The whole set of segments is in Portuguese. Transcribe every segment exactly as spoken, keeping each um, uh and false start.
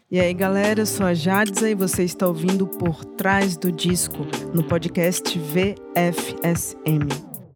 E aí, galera, eu sou a Jadza e você está ouvindo Por Trás do Disco, no podcast V F S M.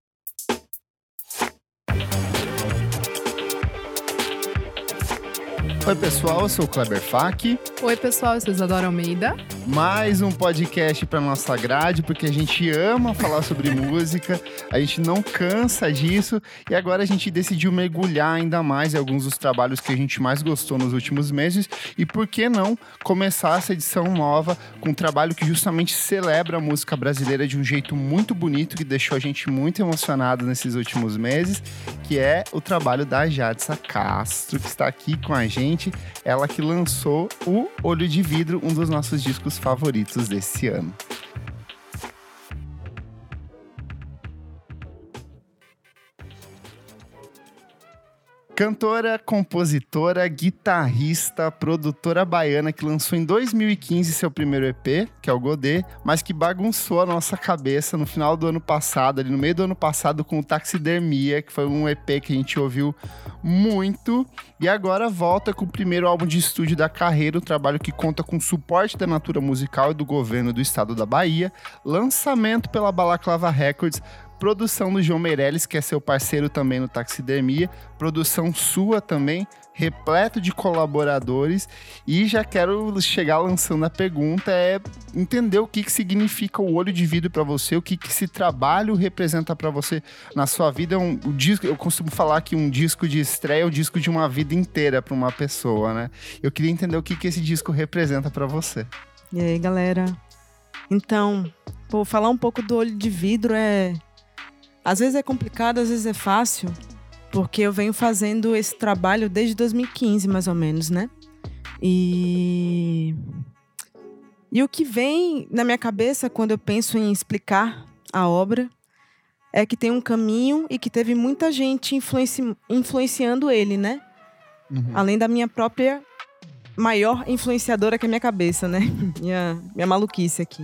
Oi, pessoal, eu sou o Kleber Fak. Oi, pessoal, eu sou Isadora Almeida. Mais um podcast para nossa grade, porque a gente ama falar sobre música, a gente não cansa disso, e agora a gente decidiu mergulhar ainda mais em alguns dos trabalhos que a gente mais gostou nos últimos meses, e por que não começar essa edição nova com um trabalho que justamente celebra a música brasileira de um jeito muito bonito, que deixou a gente muito emocionado nesses últimos meses, que é o trabalho da Jadza Castro, que está aqui com a gente. Ela que lançou o Olho de Vidro, um dos nossos discos favoritos desse ano. Cantora, compositora, guitarrista, produtora baiana que lançou em dois mil e quinze seu primeiro E P, que é o Godê, mas que bagunçou a nossa cabeça no final do ano passado, ali no meio do ano passado, com o Taxidermia, que foi um E P que a gente ouviu muito, e agora volta com o primeiro álbum de estúdio da carreira, um trabalho que conta com suporte da Natura Musical e do governo do estado da Bahia, lançamento pela Balaclava Records, produção do João Meirelles, que é seu parceiro também no Taxidermia, produção sua também, repleto de colaboradores, e já quero chegar lançando a pergunta, é entender o que, que significa o Olho de Vidro para você, o que, que esse trabalho representa para você na sua vida. Um, um disco, eu costumo falar que um disco de estreia é o disco de uma vida inteira para uma pessoa, né? Eu queria entender o que, que esse disco representa para você. E aí, galera? Então, pô, falar um pouco do Olho de Vidro é... Às vezes é complicado, às vezes é fácil, porque eu venho fazendo esse trabalho desde dois mil e quinze, mais ou menos, né? E... E o que vem na minha cabeça quando eu penso em explicar a obra é que tem um caminho e que teve muita gente influenci... influenciando ele, né? Uhum. Além da minha própria maior influenciadora, que é a minha cabeça, né? minha, minha maluquice aqui.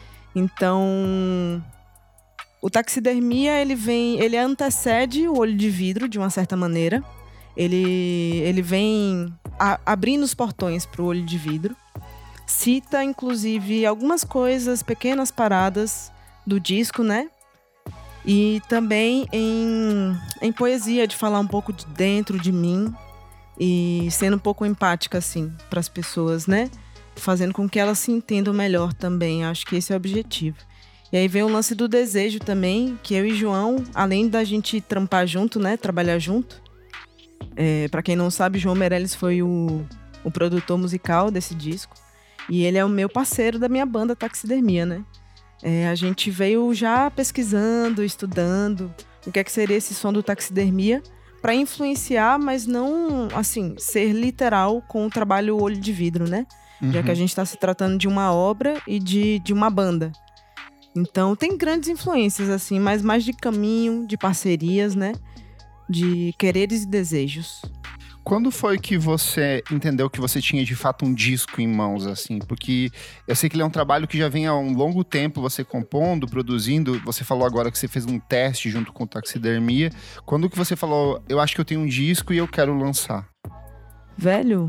Então... O Taxidermia, ele vem, ele antecede o Olho de Vidro, de uma certa maneira. Ele, ele vem a, abrindo os portões para o Olho de Vidro. Cita, inclusive, algumas coisas, pequenas paradas do disco, né? E também em, em poesia, de falar um pouco de dentro de mim e sendo um pouco empática, assim, para as pessoas, né? Fazendo com que elas se entendam melhor também. Acho que esse é o objetivo. E aí vem o lance do desejo também, que eu e João, além da gente trampar junto, né, trabalhar junto, é, para quem não sabe, João Meirelles foi o, o produtor musical desse disco, e ele é o meu parceiro da minha banda Taxidermia, né? É, a gente veio já pesquisando, estudando o que é que seria esse som do Taxidermia, para influenciar, mas não, assim, ser literal com o trabalho Olho de Vidro, né? Uhum. Já que a gente está se tratando de uma obra e de, de uma banda. Então, tem grandes influências, assim, mas mais de caminho, de parcerias, né? De quereres e desejos. Quando foi que você entendeu que você tinha, de fato, um disco em mãos, assim? Porque eu sei que ele é um trabalho que já vem há um longo tempo você compondo, produzindo. Você falou agora que você fez um teste junto com o Taxidermia. Quando que você falou, eu acho que eu tenho um disco e eu quero lançar? Velho,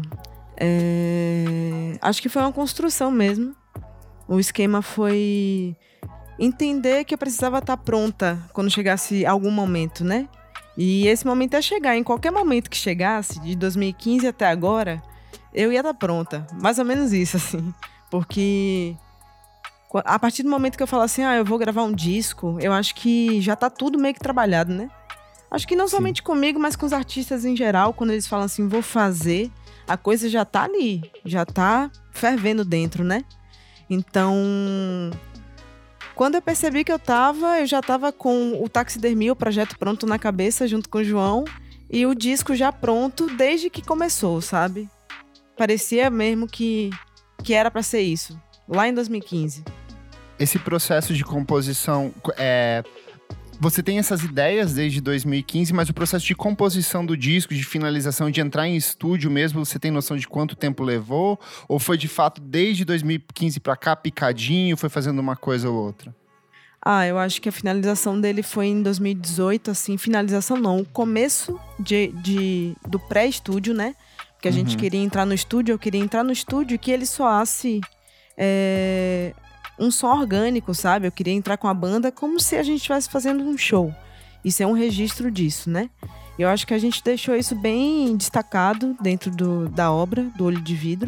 é... acho que foi uma construção mesmo. O esquema foi... entender que eu precisava estar pronta quando chegasse algum momento, né? E esse momento é chegar. Em qualquer momento que chegasse, de dois mil e quinze até agora, eu ia estar pronta. Mais ou menos isso, assim. Porque a partir do momento que eu falo assim, ah, eu vou gravar um disco, eu acho que já tá tudo meio que trabalhado, né? Acho que não Sim. somente comigo, mas com os artistas em geral, quando eles falam assim, vou fazer, a coisa já tá ali, já tá fervendo dentro, né? Então... Quando eu percebi que eu tava, eu já tava com o Taxidermia, o projeto pronto na cabeça, junto com o João, e o disco já pronto desde que começou, sabe? Parecia mesmo que, que era pra ser isso, lá em dois mil e quinze. Esse processo de composição, é, você tem essas ideias desde dois mil e quinze, mas o processo de composição do disco, de finalização, de entrar em estúdio mesmo, você tem noção de quanto tempo levou? Ou foi de fato desde dois mil e quinze pra cá, picadinho, foi fazendo uma coisa ou outra? Ah, eu acho que a finalização dele foi em dois mil e dezoito, assim, finalização não, o começo de, de, do pré-estúdio, né? Que a Uhum. gente queria entrar no estúdio, eu queria entrar no estúdio e que ele soasse é, um som orgânico, sabe? Eu queria entrar com a banda como se a gente estivesse fazendo um show. Isso é um registro disso, né? Eu acho que a gente deixou isso bem destacado dentro do, da obra, do Olho de Vidro.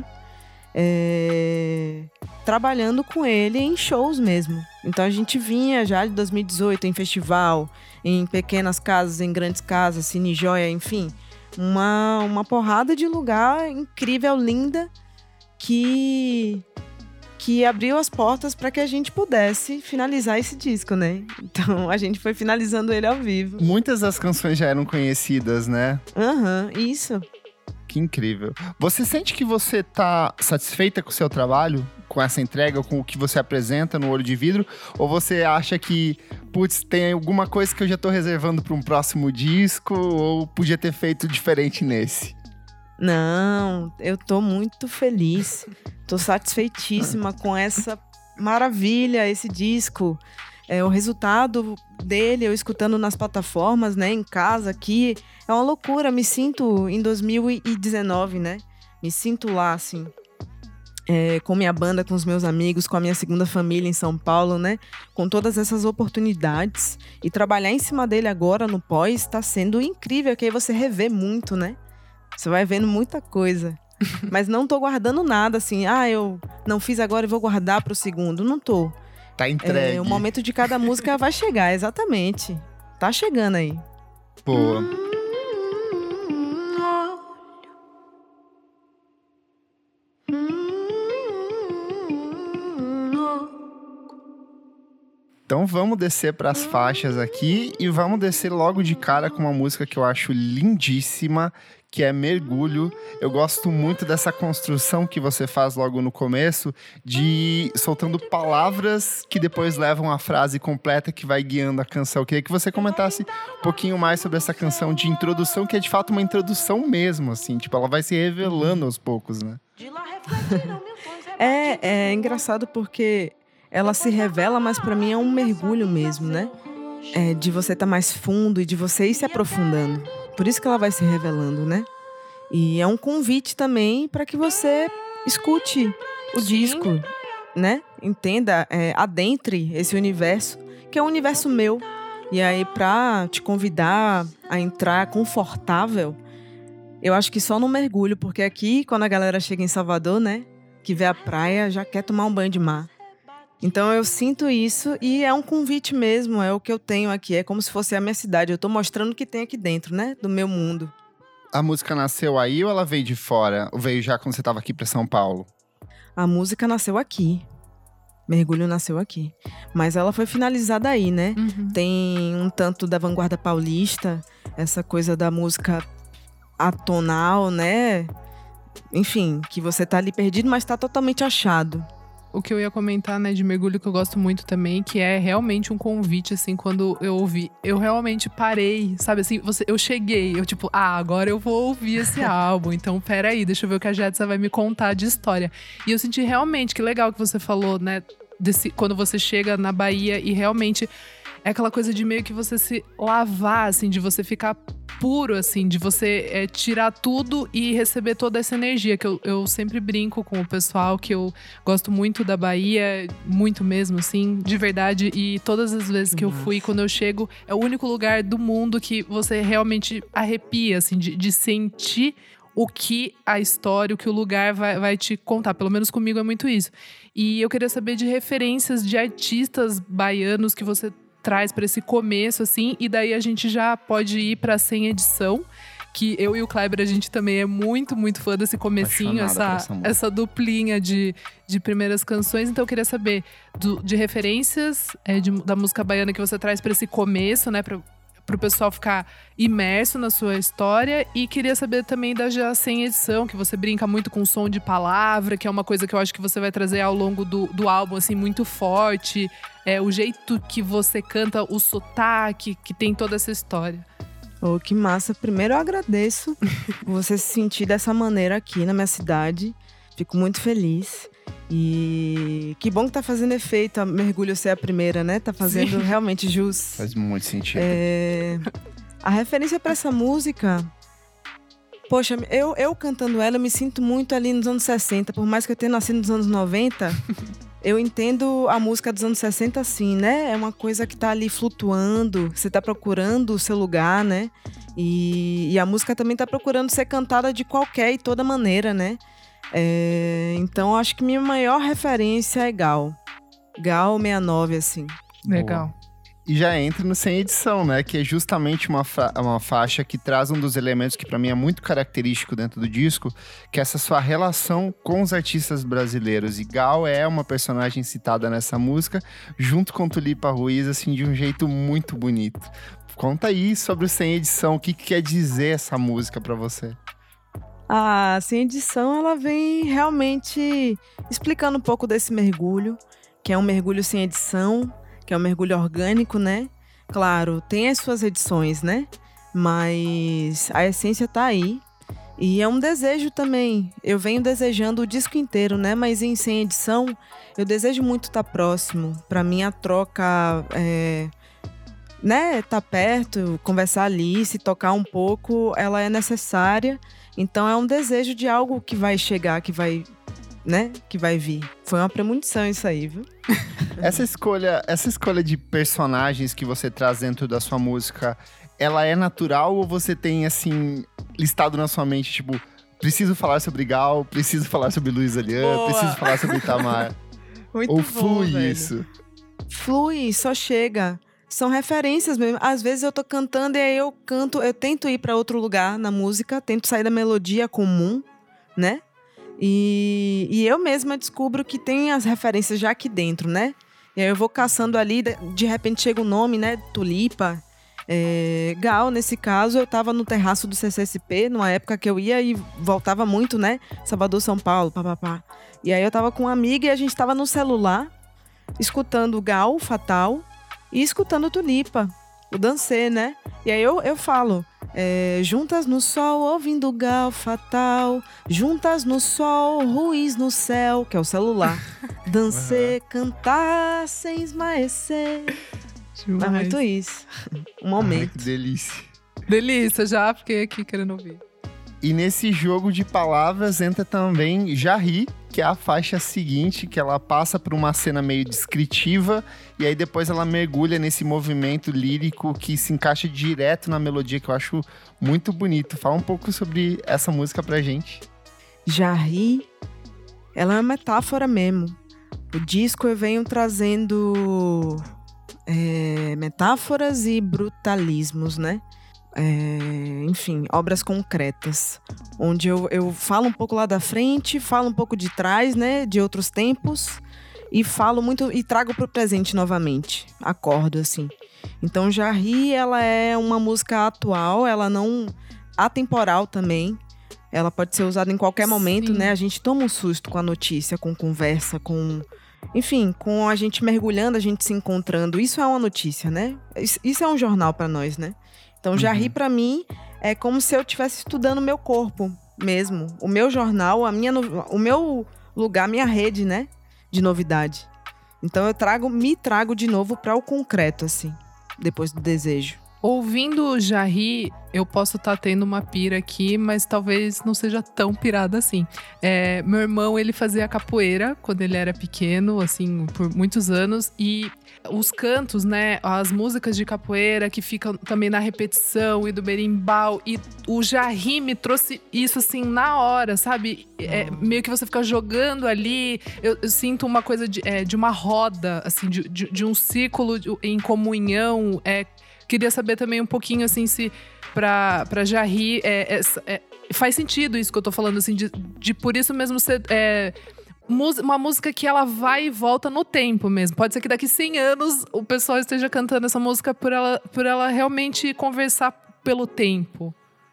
É, trabalhando com ele em shows mesmo. Então a gente vinha já de dois mil e dezoito em festival, em pequenas casas, em grandes casas, Cine Joia, enfim. Uma, uma porrada de lugar incrível, linda, que, que abriu as portas para que a gente pudesse finalizar esse disco, né? Então a gente foi finalizando ele ao vivo. Muitas das canções já eram conhecidas, né? Aham, uhum, isso. Que incrível. Você sente que você tá satisfeita com o seu trabalho? Com essa entrega, com o que você apresenta no Olho de Vidro? Ou você acha que, putz, tem alguma coisa que eu já tô reservando para um próximo disco? Ou podia ter feito diferente nesse? Não, eu tô muito feliz. Tô satisfeitíssima com essa maravilha, esse disco. É, o resultado dele, eu escutando nas plataformas, né, em casa aqui, é uma loucura. Me sinto em dois mil e dezenove, né? Me sinto lá, assim, é, com minha banda, com os meus amigos, com a minha segunda família em São Paulo, né? Com todas essas oportunidades. E trabalhar em cima dele agora, no pós, tá sendo incrível, que aí você revê muito, né? Você vai vendo muita coisa. Mas não tô guardando nada, assim, ah, eu não fiz agora e vou guardar pro segundo. Não tô. Tá entregue. É, o momento de cada música vai chegar, exatamente. Tá chegando aí. Boa. Então vamos descer para as faixas aqui e vamos descer logo de cara com uma música que eu acho lindíssima, que é Mergulho. Eu gosto muito dessa construção que você faz logo no começo, de soltando palavras que depois levam a frase completa que vai guiando a canção. Eu queria que você comentasse um pouquinho mais sobre essa canção de introdução, que é de fato uma introdução mesmo, assim, tipo, ela vai se revelando aos poucos, né? É, é engraçado porque ela se revela, mas pra mim é um mergulho mesmo, né? É, de você estar mais fundo e de você ir se aprofundando. Por isso que ela vai se revelando, né? E é um convite também para que você escute o Sim. disco, né? Entenda, é, adentre esse universo, que é um universo meu. E aí, pra te convidar a entrar confortável, eu acho que só no mergulho, porque aqui, quando a galera chega em Salvador, né? Que vê a praia, já quer tomar um banho de mar. Então eu sinto isso e é um convite mesmo, é o que eu tenho aqui, é como se fosse a minha cidade, eu tô mostrando o que tem aqui dentro, né, do meu mundo. A música nasceu aí ou ela veio de fora? Ou veio já quando você estava aqui para São Paulo? A música nasceu aqui, Mergulho nasceu aqui, mas ela foi finalizada aí, né? Uhum. Tem um tanto da vanguarda paulista, essa coisa da música atonal, né? Enfim, que você tá ali perdido, mas tá totalmente achado. O que eu ia comentar, né, de Mergulho, que eu gosto muito também, que é realmente um convite, assim, quando eu ouvi. Eu realmente parei, sabe, assim, você, eu cheguei, eu tipo, ah, agora eu vou ouvir esse álbum, então peraí, deixa eu ver o que a Jetsa vai me contar de história. E eu senti realmente, que legal que você falou, né, desse, quando você chega na Bahia e realmente é aquela coisa de meio que você se lavar, assim, de você ficar puro, assim, de você é, tirar tudo e receber toda essa energia, que eu, eu sempre brinco com o pessoal, que eu gosto muito da Bahia, muito mesmo, assim, de verdade, e todas as vezes que eu fui, quando eu chego, é o único lugar do mundo que você realmente arrepia, assim, de, de sentir o que a história, o que o lugar vai, vai te contar, pelo menos comigo é muito isso. E eu queria saber de referências de artistas baianos que você traz para esse começo, assim, e daí a gente já pode ir para sem edição, que eu e o Kleber, a gente também é muito, muito fã desse comecinho, essa, essa, essa duplinha de, de primeiras canções. Então eu queria saber do, de referências é, de, da música baiana que você traz para esse começo, né, para o pessoal ficar imerso na sua história, e queria saber também da já sem edição, que você brinca muito com som de palavra, que é uma coisa que eu acho que você vai trazer ao longo do, do álbum, assim, muito forte. É, o jeito que você canta, o sotaque, que tem toda essa história. Oh, que massa. Primeiro eu agradeço por você se sentir dessa maneira aqui na minha cidade. Fico muito feliz. E que bom que tá fazendo efeito a Mergulho ser a primeira, né? Tá fazendo Sim. realmente jus. Faz muito sentido. É... A referência para essa música Poxa, eu, eu cantando ela, eu me sinto muito ali nos anos sessenta. Por mais que eu tenha nascido nos anos noventa, eu entendo a música dos anos sessenta assim, né? É uma coisa que tá ali flutuando, você tá procurando o seu lugar, né? E, e a música também tá procurando ser cantada de qualquer e toda maneira, né? É, então, acho que minha maior referência é Gal. Gal sessenta e nove, assim. Legal. Boa. E já entra no Sem Edição, né? Que é justamente uma, fa- uma faixa que traz um dos elementos que pra mim é muito característico dentro do disco, que é essa sua relação com os artistas brasileiros. E Gal é uma personagem citada nessa música, junto com Tulipa Ruiz, assim, de um jeito muito bonito. Conta aí sobre o Sem Edição, o que, que quer dizer essa música pra você? A Sem Edição, ela vem realmente explicando um pouco desse mergulho, que é um mergulho sem edição, que é um mergulho orgânico, né? Claro, tem as suas edições, né? Mas a essência tá aí. E é um desejo também. Eu venho desejando o disco inteiro, né? Mas em Sem Edição, eu desejo muito estar próximo. Pra mim, a troca, é, né? Tá perto, conversar ali, se tocar um pouco, ela é necessária. Então, é um desejo de algo que vai chegar, que vai, né? Que vai vir. Foi uma premonição isso aí, viu? Essa escolha, essa escolha de personagens que você traz dentro da sua música, ela é natural ou você tem, assim, listado na sua mente, tipo, preciso falar sobre Gal, preciso falar sobre Luísa Lian, preciso falar sobre Itamar? Muito ou bom, flui velho. isso? Flui, só chega. São referências mesmo. Às vezes eu tô cantando e aí eu canto, eu tento ir pra outro lugar na música, tento sair da melodia comum, né? E, e eu mesma descubro que tem as referências já aqui dentro, né? E aí eu vou caçando ali, de repente chega o nome, né? Tulipa, é, Gal, nesse caso, eu tava no terraço do C C S P, numa época que eu ia e voltava muito, né? Salvador, São Paulo, papapá. E aí eu tava com uma amiga e a gente tava no celular, escutando Gal, Fatal, e escutando Tulipa, o Dancê, né? E aí eu, eu falo... É, juntas no sol, ouvindo Gal, Fatal. Juntas no sol, Ruiz no céu, que é o celular. Dancer, uhum. Cantar sem esmaecer. É muito isso. Um momento. Ai, que delícia. Delícia, já fiquei aqui querendo ouvir. E nesse jogo de palavras entra também Jarri, que é a faixa seguinte, que ela passa por uma cena meio descritiva e aí depois ela mergulha nesse movimento lírico que se encaixa direto na melodia, que eu acho muito bonito. Fala um pouco sobre essa música pra gente. Jarri, ela é uma metáfora mesmo. O disco eu venho trazendo é, metáforas e brutalismos, né? É, enfim, obras concretas, onde eu, eu falo um pouco lá da frente, falo um pouco de trás, né, de outros tempos, e falo muito, e trago pro presente novamente, acordo assim. Então Jarri, ela é uma música atual, ela não, atemporal também, ela pode ser usada em qualquer momento, né, a gente toma um susto com a notícia, com conversa, com... Enfim, com a gente mergulhando, a gente se encontrando, isso é uma notícia, né, isso, isso é um jornal para nós, né. Então, Jarri, uhum. Pra mim, é como se eu estivesse estudando o meu corpo mesmo. O meu jornal, a minha, o meu lugar, a minha rede, né? De novidade. Então, eu trago, me trago de novo para o concreto, assim, depois do desejo. Ouvindo Jarri, eu posso estar tá tendo uma pira aqui, mas talvez não seja tão pirada assim. É, meu irmão, ele fazia capoeira quando ele era pequeno, assim, por muitos anos. E os cantos, né, as músicas de capoeira que ficam também na repetição e do berimbau. E o Jarri me trouxe isso, assim, na hora, sabe? É, meio que você fica jogando ali. Eu, eu sinto uma coisa de, é, de uma roda, assim, de, de, de um círculo em comunhão, é... Queria saber também um pouquinho, assim, se pra, pra Jarri é, é, é, faz sentido isso que eu tô falando, assim, de, de por isso mesmo ser é, uma música que ela vai e volta no tempo mesmo. Pode ser que daqui cem anos o pessoal esteja cantando essa música por ela, por ela realmente conversar pelo tempo.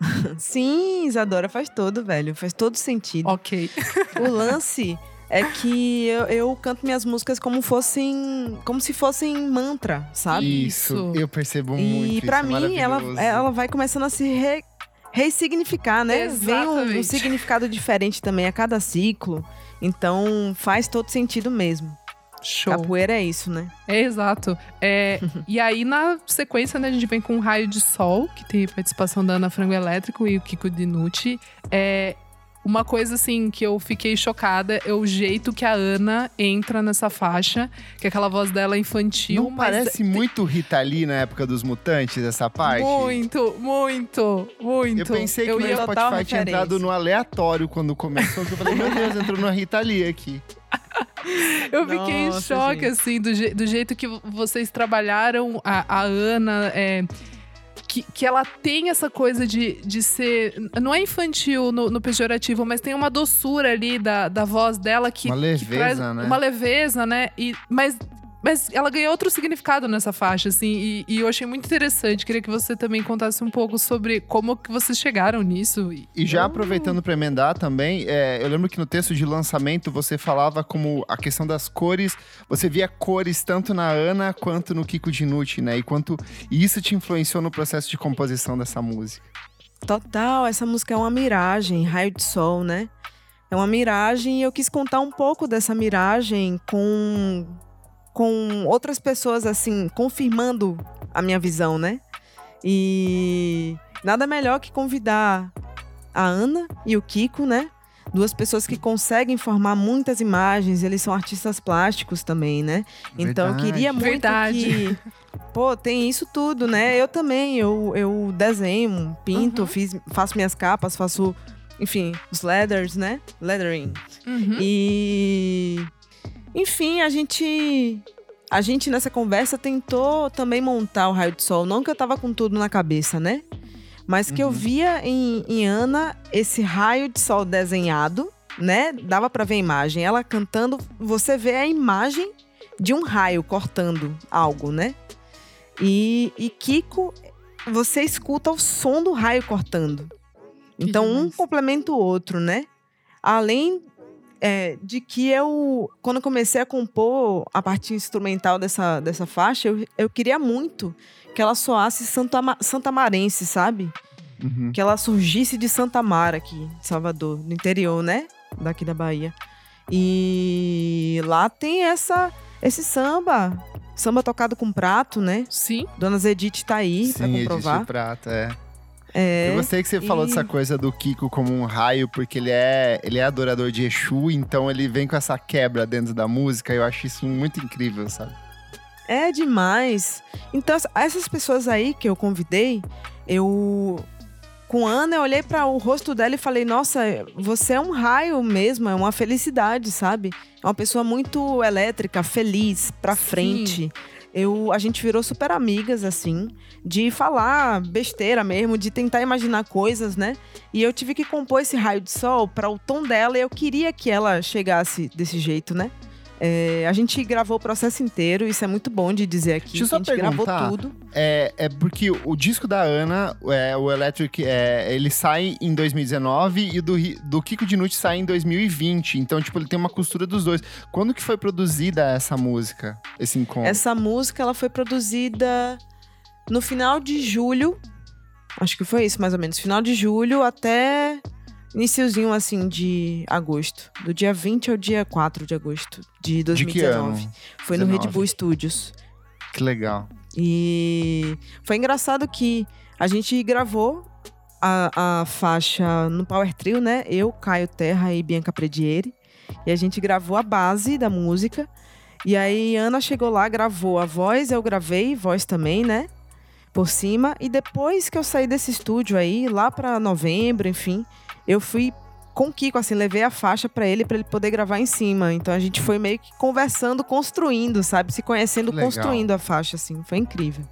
Sim, Isadora, faz todo, velho. Faz todo sentido. Ok. O lance... É que eu, eu canto minhas músicas como fossem, como se fossem mantra, sabe? Isso, eu percebo muito. E pra isso, mim, ela, ela vai começando a se re, ressignificar, né? Vem um, um significado diferente também a cada ciclo. Então, faz todo sentido mesmo. Show. Capoeira é isso, né? É, exato. É, e aí, na sequência, né, a gente vem com Raio de Sol, que tem participação da Ana Frango Elétrico e o Kiko Dinucci. É, uma coisa, assim, que eu fiquei chocada é o jeito que a Ana entra nessa faixa, que aquela voz dela é infantil. Não mas parece muito Rita Lee na época dos Mutantes, essa parte? Muito, muito, muito. Eu pensei que Eu o meu ia total Spotify tinha referência. entrado no aleatório quando começou, que eu falei, meu Deus, entrou no Rita Lee aqui. Eu fiquei Nossa, em choque, gente. assim, do, je- do jeito que vocês trabalharam a, a Ana. É, que, que ela tem essa coisa de, de ser. Não é infantil no, no pejorativo, mas tem uma doçura ali da, da voz dela que. Uma que leveza, traz né? Uma leveza, né? E, mas. Mas ela ganhou outro significado nessa faixa, assim, e, e eu achei muito interessante. Queria que você também contasse um pouco sobre como que vocês chegaram nisso. E- E já aproveitando para emendar também, é, eu lembro que no texto de lançamento você falava como a questão das cores, você via cores tanto na Ana quanto no Kiko Dinucci, né? E, quanto, e isso te influenciou no processo de composição dessa música. Total, essa música é uma miragem, Raio de Sol, né? É uma miragem e eu quis contar um pouco dessa miragem com, com outras pessoas, assim, confirmando a minha visão, né? E nada melhor que convidar a Ana e o Kiko, né? Duas pessoas que conseguem formar muitas imagens, eles são artistas plásticos também, né? Então eu Verdade. queria muito Verdade. que... Pô, tem isso tudo, né? Eu também, eu, eu desenho, pinto, Uhum. fiz, faço minhas capas, faço, enfim, os leathers, né? Leathering. Uhum. E... Enfim, a gente... A gente, nessa conversa, tentou também montar o Raio de Sol. Não que eu tava com tudo na cabeça, né? Mas que eu via em, em Ana esse raio de sol desenhado, né? Dava pra ver a imagem. Ela cantando, você vê a imagem de um raio cortando algo, né? E, e Kiko, você escuta o som do raio cortando. Então, um demais. complementa o outro, né? Além é, de que eu, quando eu comecei a compor a parte instrumental dessa, dessa faixa, eu, eu queria muito que ela soasse santama- santamarense, sabe? Uhum. Que ela surgisse de Santa Mara aqui, em Salvador, no interior, né? Daqui da Bahia. E lá tem essa, esse samba, samba tocado com prato, né? Sim. Dona Zedite tá aí pra Sim, comprovar. Edith Prata, é. É, Eu gostei que você e- falou dessa coisa do Kiko como um raio, porque ele é, ele é adorador de Exu, então ele vem com essa quebra dentro da música, eu acho isso muito incrível, sabe? É demais. Então, essa- essas pessoas aí que eu convidei, eu... Com a Ana, eu olhei para o rosto dela e falei, nossa, você é um raio mesmo, é uma felicidade, sabe? É uma pessoa muito elétrica, feliz, pra frente. Eu, a gente virou super amigas, assim, de falar besteira mesmo, de tentar imaginar coisas, né? E eu tive que compor esse raio de sol para o tom dela e eu queria que ela chegasse desse jeito, né? É, a gente gravou o processo inteiro, isso é muito bom de dizer aqui. Deixa eu que só a gente gravou perguntar. tudo. É, é porque o disco da Ana, é, o Electric, é, ele sai em dois mil e dezenove e do, Ri- do Kiko Dinucci sai em dois mil e vinte. Então, tipo, ele tem uma costura dos dois. Quando que foi produzida essa música, esse encontro? Essa música ela foi produzida no final de julho. Acho que foi isso, mais ou menos. Final de julho até iniciozinho, assim, de agosto. Do dia vinte ao dia quatro de agosto de dois De mil e que dezenove. ano? Foi no Red dezenove. Bull Studios. Que legal. E foi engraçado que a gente gravou a, a faixa no Power Trio, né? Eu, Caio Terra e Bianca Predieri. E a gente gravou a base da música. E aí Ana chegou lá, gravou a voz, eu gravei, voz também, né? Por cima. E depois que eu saí desse estúdio aí, lá pra novembro, enfim, eu fui com o Kiko, assim, levei a faixa pra ele, pra ele poder gravar em cima. Então a gente foi meio que conversando, construindo, sabe? Se conhecendo, Que legal. construindo a faixa, assim. Foi incrível.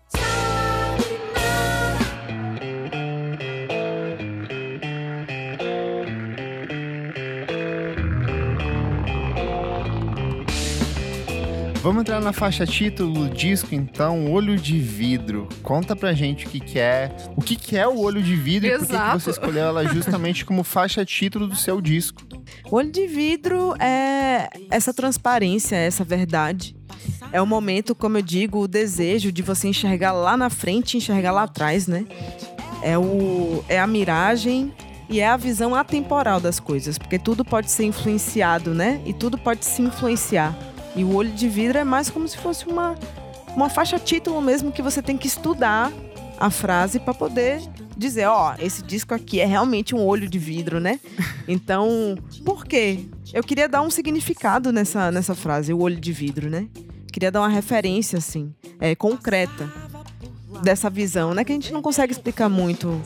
Vamos entrar na faixa título do disco, então, Olho de Vidro. Conta pra gente o que, que é, o que, que é o Olho de Vidro e por que que Exato. você escolheu ela justamente como faixa título do seu disco. O olho de vidro é essa transparência, essa verdade. É o momento, como eu digo, o desejo de você enxergar lá na frente e enxergar lá atrás, né? É, o, é a miragem e é a visão atemporal das coisas, porque tudo pode ser influenciado, né? E tudo pode se influenciar. E o Olho de Vidro é mais como se fosse uma, uma faixa título mesmo, que você tem que estudar a frase para poder dizer, ó, oh, esse disco aqui é realmente um olho de vidro, né? Então, por quê? Eu queria dar um significado nessa, nessa frase, o olho de vidro, né? Queria dar uma referência, assim, é, concreta dessa visão, né? Que a gente não consegue explicar muito,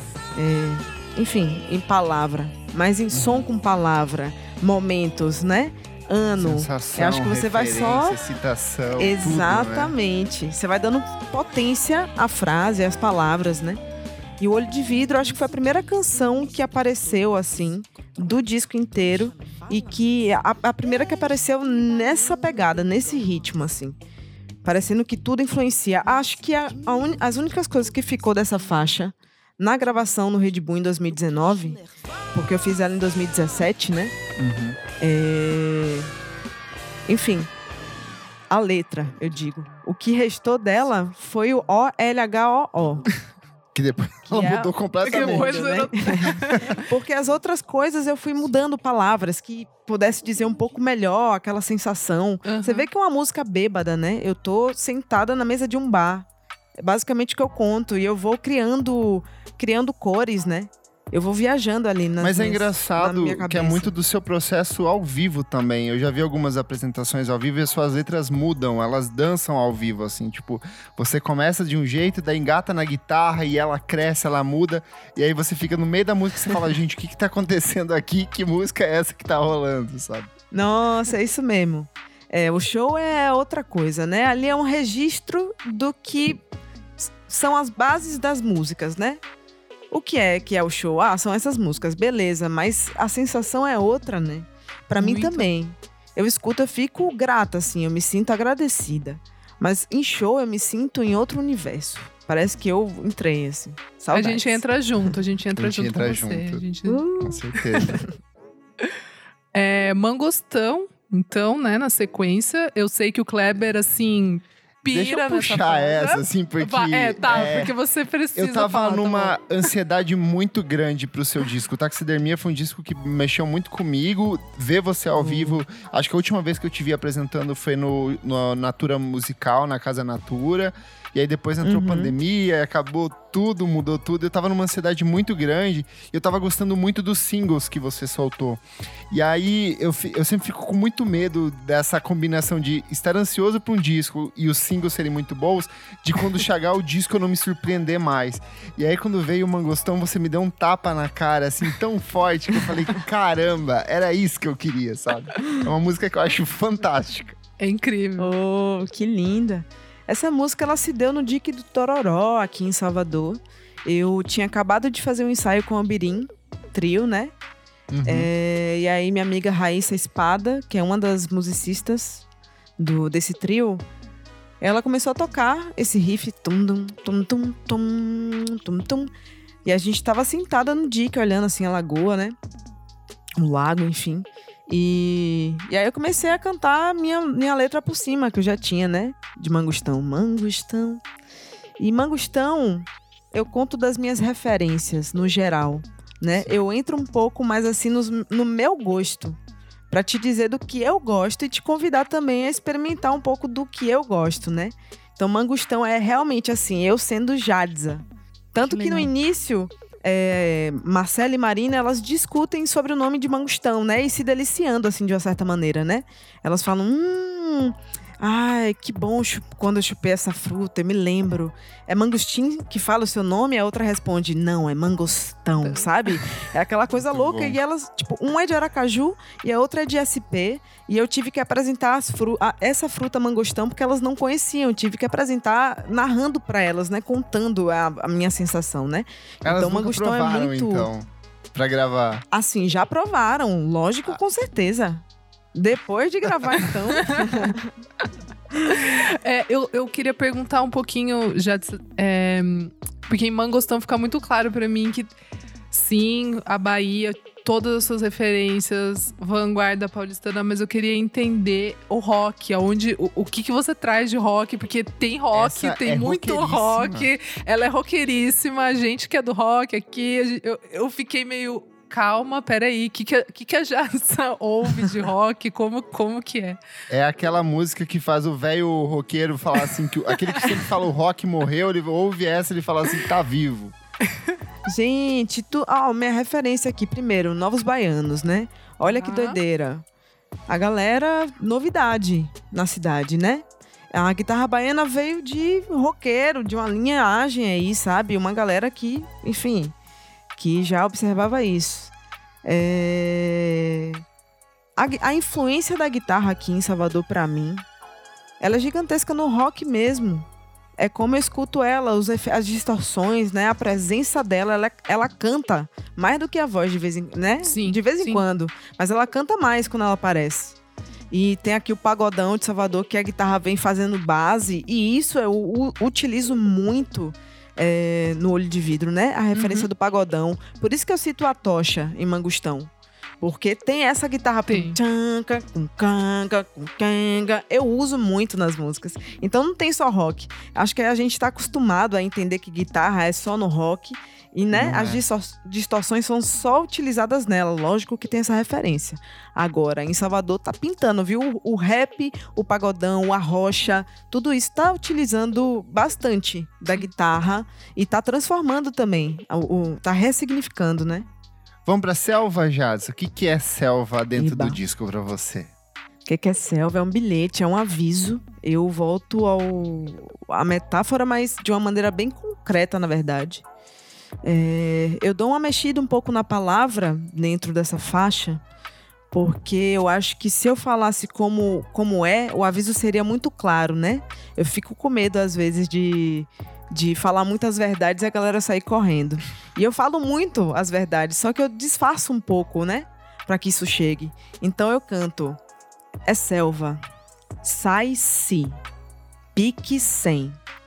é, enfim, em palavra, mas em som com palavra, momentos, né? Ano. Sensação, eu acho que você vai só citação, exatamente, tudo, né? Você vai dando potência à frase, às palavras, né? E o Olho de Vidro, acho que foi a primeira canção que apareceu assim do disco inteiro e que a, a primeira que apareceu nessa pegada, nesse ritmo assim, parecendo que tudo influencia. Acho que a, a un, as únicas coisas que ficou dessa faixa na gravação no Red Bull em dois mil e dezenove, porque eu fiz ela em dois mil e dezessete, né? Uhum. É... Enfim, a letra, eu digo. O que restou dela foi o O L H O O. Que depois que ela é... mudou completamente. Depois, né? eu... Porque as outras coisas eu fui mudando palavras que pudesse dizer um pouco melhor aquela sensação. Uhum. Você vê que é uma música bêbada, né? Eu tô sentada na mesa de um bar. É basicamente o que eu conto. E eu vou criando, criando cores, né? Eu vou viajando ali nas Mas minhas, é engraçado que é muito do seu processo ao vivo também. Eu já vi algumas apresentações ao vivo e as suas letras mudam, elas dançam ao vivo, assim. Tipo, você começa de um jeito, daí engata na guitarra e ela cresce, ela muda. E aí você fica no meio da música e você fala, gente, o que que tá acontecendo aqui? Que música é essa que tá rolando, sabe? Nossa, é isso mesmo. É, o show é outra coisa, né? Ali é um registro do que são as bases das músicas, né? O que é que é o show? Ah, são essas músicas, beleza, mas a sensação é outra, né? Pra mim também. Eu escuto, eu fico grata, assim, eu me sinto agradecida. Mas em show eu me sinto em outro universo. Parece que eu entrei, assim. Saudades. A gente entra junto, a gente entra a gente junto entra com junto. você. A gente... Uh. Com certeza. é, Mangostão, então, né, na sequência, eu sei que o Kleber, assim... Pira Deixa eu puxar nessa essa, assim, porque... É, tá, é, porque você precisa eu tava falar, numa tá ansiedade muito grande pro seu disco. O Taxidermia foi um disco que mexeu muito comigo. Ver você ao uhum. vivo... Acho que a última vez que eu te vi apresentando foi no, no Natura Musical, na Casa Natura. E aí depois entrou uhum. pandemia, acabou tudo, mudou tudo. Eu tava numa ansiedade muito grande. E eu tava gostando muito dos singles que você soltou. E aí eu, eu sempre fico com muito medo dessa combinação de estar ansioso pra um disco e os singles serem muito bons, de quando chegar o disco eu não me surpreender mais. E aí quando veio o Mangostão, você me deu um tapa na cara, assim, tão forte, que eu falei, caramba, era isso que eu queria, sabe? É uma música que eu acho fantástica. É incrível. Oh, que linda. Essa música, ela se deu no Dique do Tororó, aqui em Salvador. Eu tinha acabado de fazer um ensaio com o Ambirim, trio, né? Uhum. É, e aí minha amiga Raíssa Espada, que é uma das musicistas do, desse trio, ela começou a tocar esse riff, tum, tum, tum, tum, tum, tum, tum. E a gente tava sentada no dique, olhando assim a lagoa, né? O lago, enfim. E, e aí eu comecei a cantar minha, minha letra por cima, que eu já tinha, né? De Mangostão. Mangostão. E Mangostão, eu conto das minhas referências, no geral, né? Eu entro um pouco mais assim nos, no meu gosto, pra te dizer do que eu gosto e te convidar também a experimentar um pouco do que eu gosto, né? Então Mangostão é realmente assim, eu sendo Jadza. Tanto que, que no início... É, Marcela e Marina, elas discutem sobre o nome de Mangostão, né? E se deliciando, assim, de uma certa maneira, né? Elas falam, hum... Ai, que bom quando eu chupei essa fruta, eu me lembro. É mangostim que fala o seu nome? A outra responde, não, é mangostão, sabe? É aquela coisa muito louca. Bom. E elas, tipo, um é de Aracaju e a outra é de S P. E eu tive que apresentar as fru- a, essa fruta mangostão porque elas não conheciam. Eu tive que apresentar narrando pra elas, né? Contando a, a minha sensação, né? Elas então, mangostão provaram, é muito... então, pra gravar. Assim, já provaram. Lógico, ah. com certeza. Depois de gravar, então. é, eu, eu queria perguntar um pouquinho, já, é, porque em Mangostão fica muito claro pra mim que, sim, a Bahia, todas as suas referências, vanguarda paulistana, mas eu queria entender o rock, aonde, o, o que, que você traz de rock, porque tem rock, Essa tem é muito rock, ela é roqueiríssima, a gente que é do rock aqui, eu, eu fiquei meio... calma, peraí, o que, que, que, que a Jadsa ouve de rock? Como, como que é? É aquela música que faz o velho roqueiro falar assim, que aquele que sempre fala o rock morreu, ele ouve essa e ele fala assim, tá vivo. Gente, tu, ó, minha referência aqui, primeiro, Novos Baianos, né? Olha ah. que doideira. A galera, novidade na cidade, né? A guitarra baiana veio de roqueiro, de uma linhagem aí, sabe? Uma galera que, enfim, que já observava isso. É... A, a influência da guitarra aqui em Salvador, pra mim, ela é gigantesca no rock mesmo. É como eu escuto ela, os efe... as distorções, né? A presença dela, ela, ela canta mais do que a voz de vez em, né? Sim, de vez em sim. quando. Mas ela canta mais quando ela aparece. E tem aqui o Pagodão de Salvador, que a guitarra vem fazendo base. E isso eu, eu utilizo muito é, no Olho de Vidro, né? A referência uhum. do Pagodão. Por isso que eu cito a Tocha em Mangustão. Porque tem essa guitarra Tem. Tchanca, com canga, com canga. Eu uso muito nas músicas. Então não tem só rock. Acho que a gente tá acostumado a entender que guitarra é só no rock. E, né, Não as é. distor- distorções são só utilizadas nela. Lógico que tem essa referência. Agora, em Salvador tá pintando, viu? O, o rap, o pagodão, a rocha, tudo isso tá utilizando bastante da guitarra. E tá transformando também. O, o, tá ressignificando, né? Vamos pra selva, Jadsa. O que, que é selva dentro Iba. do disco pra você? O que, que é selva? É um bilhete, é um aviso. Eu volto ao a metáfora, mas de uma maneira bem concreta, na verdade. É, eu dou uma mexida um pouco na palavra dentro dessa faixa, porque eu acho que se eu falasse como, como é, o aviso seria muito claro, né? Eu fico com medo, às vezes, de... de falar muitas verdades e a galera sair correndo. E eu falo muito as verdades, só que eu disfarço um pouco, né? Pra que isso chegue. Então eu canto. É selva. Sai-se. Pique sem.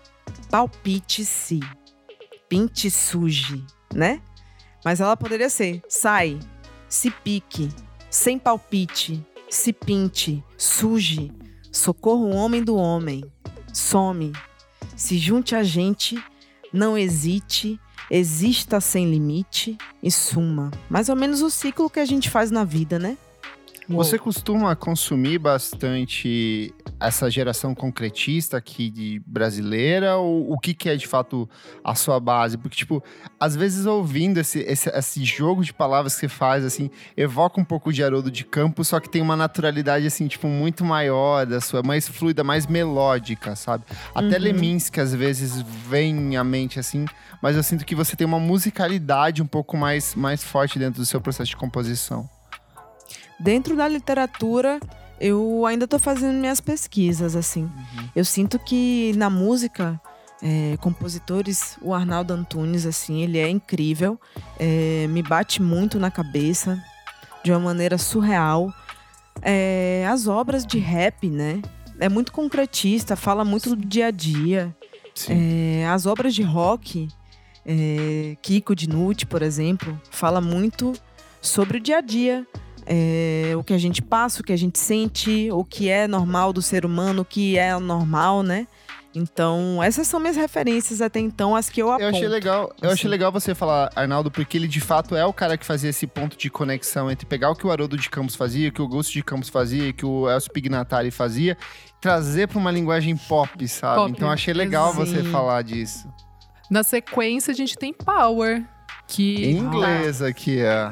Palpite-se. Pinte suje, né? Mas ela poderia ser. Sai. Se pique. Sem palpite. Se pinte. Suje. Socorra o homem do homem. Some. Se junte a gente, não hesite, exista sem limite e suma. Mais ou menos o ciclo que a gente faz na vida, né? Você costuma consumir bastante essa geração concretista aqui de brasileira? Ou o que, que é, de fato, a sua base? Porque, tipo, às vezes ouvindo esse, esse, esse jogo de palavras que você faz, assim, evoca um pouco de Haroldo de Campos, só que tem uma naturalidade, assim, tipo, muito maior da sua, mais fluida, mais melódica, sabe? Até Uhum. Leminski, às vezes, vem à mente, assim, mas eu sinto que você tem uma musicalidade um pouco mais, mais forte dentro do seu processo de composição. Dentro da literatura, eu ainda estou fazendo minhas pesquisas, assim. Uhum. Eu sinto que na música, é, compositores, o Arnaldo Antunes, assim, ele é incrível. É, me bate muito na cabeça, de uma maneira surreal. É, as obras de rap, né? É muito concretista, fala muito do dia a dia. É, as obras de rock, é, Kiko Dinucci, por exemplo, fala muito sobre o dia a dia. É, o que a gente passa, o que a gente sente, o que é normal do ser humano, o que é normal, né? Então, essas são minhas referências até então, as que eu aponto. Eu achei legal, eu assim. achei legal você falar, Arnaldo, porque ele de fato é o cara que fazia esse ponto de conexão entre pegar o que o Haroldo de Campos fazia, o que o Augusto de Campos fazia, que o Elcio Pignatari fazia, trazer para uma linguagem pop, sabe? Pop, então, achei legal sim. você falar disso. Na sequência, a gente tem Power, que... Em inglês aqui, é.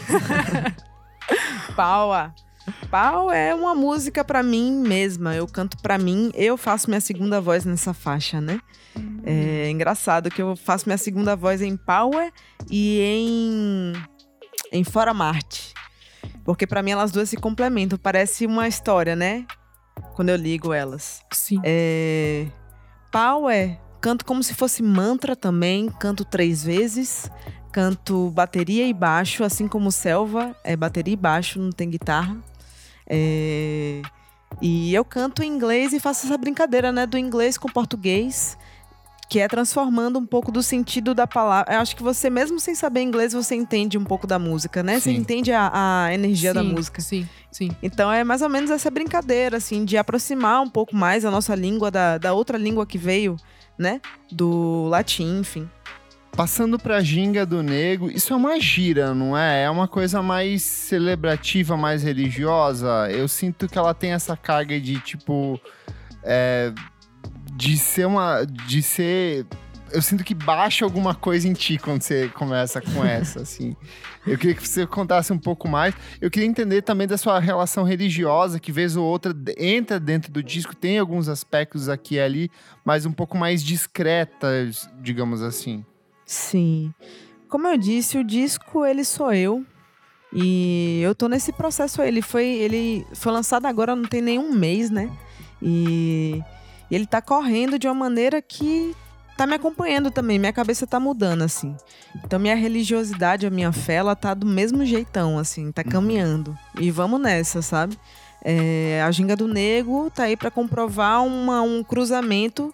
Power. Power é uma música pra mim mesma. Eu canto pra mim, eu faço minha segunda voz nessa faixa, né? Hum. É engraçado que eu faço minha segunda voz em Power e em, em Fora Marte. Porque pra mim elas duas se complementam. Parece uma história, né? Quando eu ligo elas. Sim. É... Power, canto como se fosse mantra também. Canto três vezes. Canto bateria e baixo, assim como Selva, é bateria e baixo, não tem guitarra. É... E eu canto em inglês e faço essa brincadeira, né, do inglês com português, que é transformando um pouco do sentido da palavra. Eu acho que você, mesmo sem saber inglês, você entende um pouco da música, né? Sim. Você entende a, a energia sim, da música. Sim, sim. Então é mais ou menos essa brincadeira, assim, de aproximar um pouco mais a nossa língua da, da outra língua que veio, né? Do latim, enfim. Passando pra Ginga do Nego, isso é uma gira, não é? É uma coisa mais celebrativa, mais religiosa. Eu sinto que ela tem essa carga de, tipo... É, de ser uma... De ser... Eu sinto que baixa alguma coisa em ti quando você começa com essa, assim. Eu queria que você contasse um pouco mais. Eu queria entender também da sua relação religiosa, que vez ou outra entra dentro do disco, tem alguns aspectos aqui e ali, mas um pouco mais discretas, digamos assim. Sim. Como eu disse, o disco, ele sou eu. E eu tô nesse processo aí. Ele foi, ele foi lançado agora, não tem nenhum mês, né? E ele tá correndo de uma maneira que tá me acompanhando também. Minha cabeça tá mudando, assim. Então, minha religiosidade, a minha fé, ela tá do mesmo jeitão, assim. Tá caminhando. E vamos nessa, sabe? É, a Ginga do Nego tá aí pra comprovar uma, um cruzamento.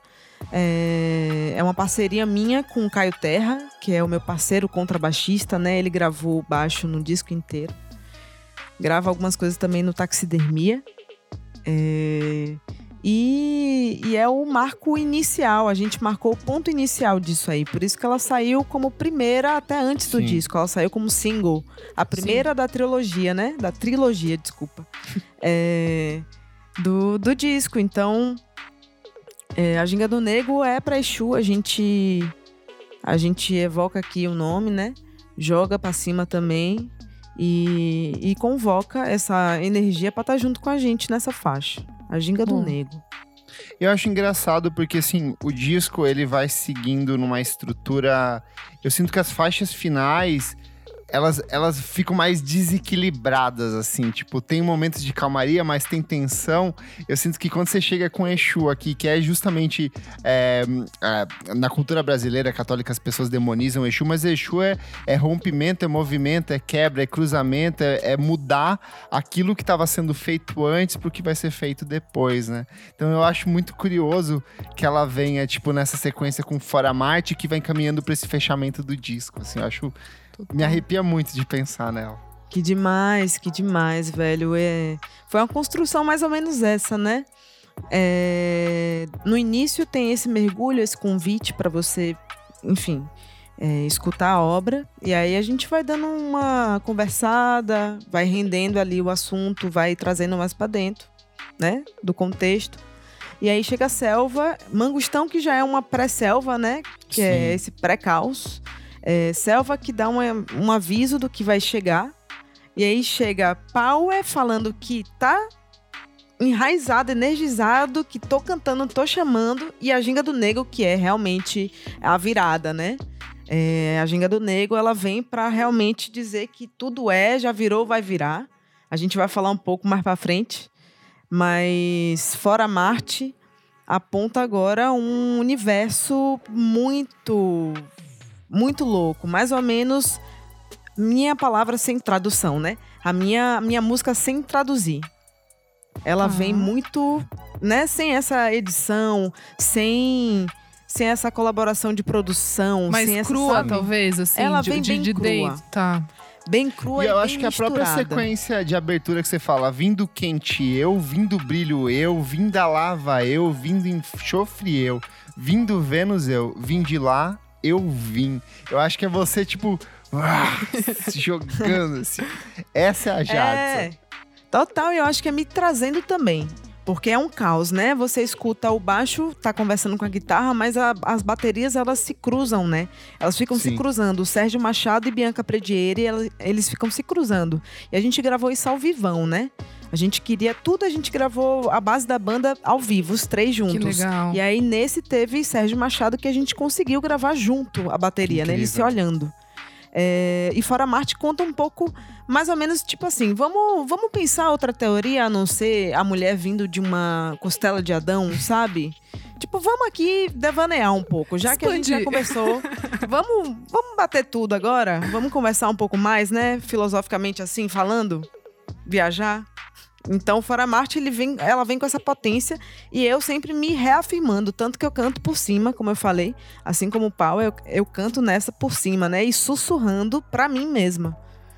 É, é uma parceria minha com o Caio Terra, que é o meu parceiro contrabaixista, né? Ele gravou o baixo no disco inteiro. Grava algumas coisas também no Taxidermia. É... E, e é o marco inicial, a gente marcou o ponto inicial disso aí. Por isso que ela saiu como primeira até antes do Sim. disco. Ela saiu como single. A primeira Sim. da trilogia, né? Da trilogia, desculpa. É, do, do disco. Então, é, a Ginga do Nego é pra Exu. A gente, a gente evoca aqui o nome, né? Joga pra cima também. E, e convoca essa energia pra estar junto com a gente nessa faixa. A Ginga do Bom. Nego. Eu acho engraçado porque, assim, o disco, ele vai seguindo numa estrutura... Eu sinto que as faixas finais, elas, elas ficam mais desequilibradas, assim. Tipo, tem momentos de calmaria, mas tem tensão. Eu sinto que quando você chega com Exu aqui, que é justamente... É, é, na cultura brasileira católica, as pessoas demonizam Exu, mas Exu é, é rompimento, é movimento, é quebra, é cruzamento, é, é mudar aquilo que estava sendo feito antes pro que vai ser feito depois, né? Então eu acho muito curioso que ela venha, tipo, nessa sequência com Fora Marte, que vai encaminhando para esse fechamento do disco, assim. Eu acho... Me arrepia muito de pensar nela. Que demais, que demais, velho. É... Foi uma construção mais ou menos essa, né? É... No início tem esse mergulho, esse convite para você, enfim, é, escutar a obra. E aí a gente vai dando uma conversada, vai rendendo ali o assunto, vai trazendo mais para dentro, né? Do contexto. E aí chega a selva, Mangostão, que já é uma pré-selva, né? Que Sim. é esse pré-caos. É, selva que dá uma, um aviso do que vai chegar. E aí chega Power falando que tá enraizado, energizado, que tô cantando, tô chamando. E a Ginga do Nego, que é realmente a virada, né? É, a Ginga do Nego, ela vem pra realmente dizer que tudo é, já virou, vai virar. A gente vai falar um pouco mais pra frente. Mas Fora Marte aponta agora um universo muito... muito louco, mais ou menos minha palavra sem tradução, né? A minha, minha música sem traduzir. Ela uhum. vem muito, né? Sem essa edição, sem, sem essa colaboração de produção. Mais sem crua, essa, talvez, assim. Ela de, vem de, bem de crua. Dentro, tá. Bem crua e e eu bem acho que a própria misturada. sequência de abertura que você fala, vindo quente eu, vindo brilho eu, vindo lava eu, vindo enxofre eu, vindo Vênus eu, vim de lá, eu vim. Eu acho que é você, tipo, se jogando assim. Essa é a Jadson. É, total, e eu acho que é me trazendo também. Porque é um caos, né? Você escuta o baixo, tá conversando com a guitarra, mas a, as baterias, elas se cruzam, né? Elas ficam Sim. se cruzando. O Sérgio Machado e Bianca Predieri, ela, eles ficam se cruzando. E a gente gravou isso ao vivão, né? A gente queria... Tudo a gente gravou a base da banda ao vivo, os três juntos. Que legal. E aí, nesse, teve Sérgio Machado, que a gente conseguiu gravar junto a bateria, né? Eles se olhando. É, e Fora Marte conta um pouco, mais ou menos, tipo assim, vamos, vamos pensar outra teoria, a não ser a mulher vindo de uma costela de Adão, sabe? Tipo, vamos aqui devanear um pouco, já que a gente já conversou. vamos, vamos bater tudo agora? Vamos conversar um pouco mais, né? Filosoficamente assim, falando? Viajar? Então, Fora Marte, ele vem, ela vem com essa potência e eu sempre me reafirmando, tanto que eu canto por cima, como eu falei, assim como o Pau, eu, eu canto nessa por cima, né? E sussurrando pra mim mesma.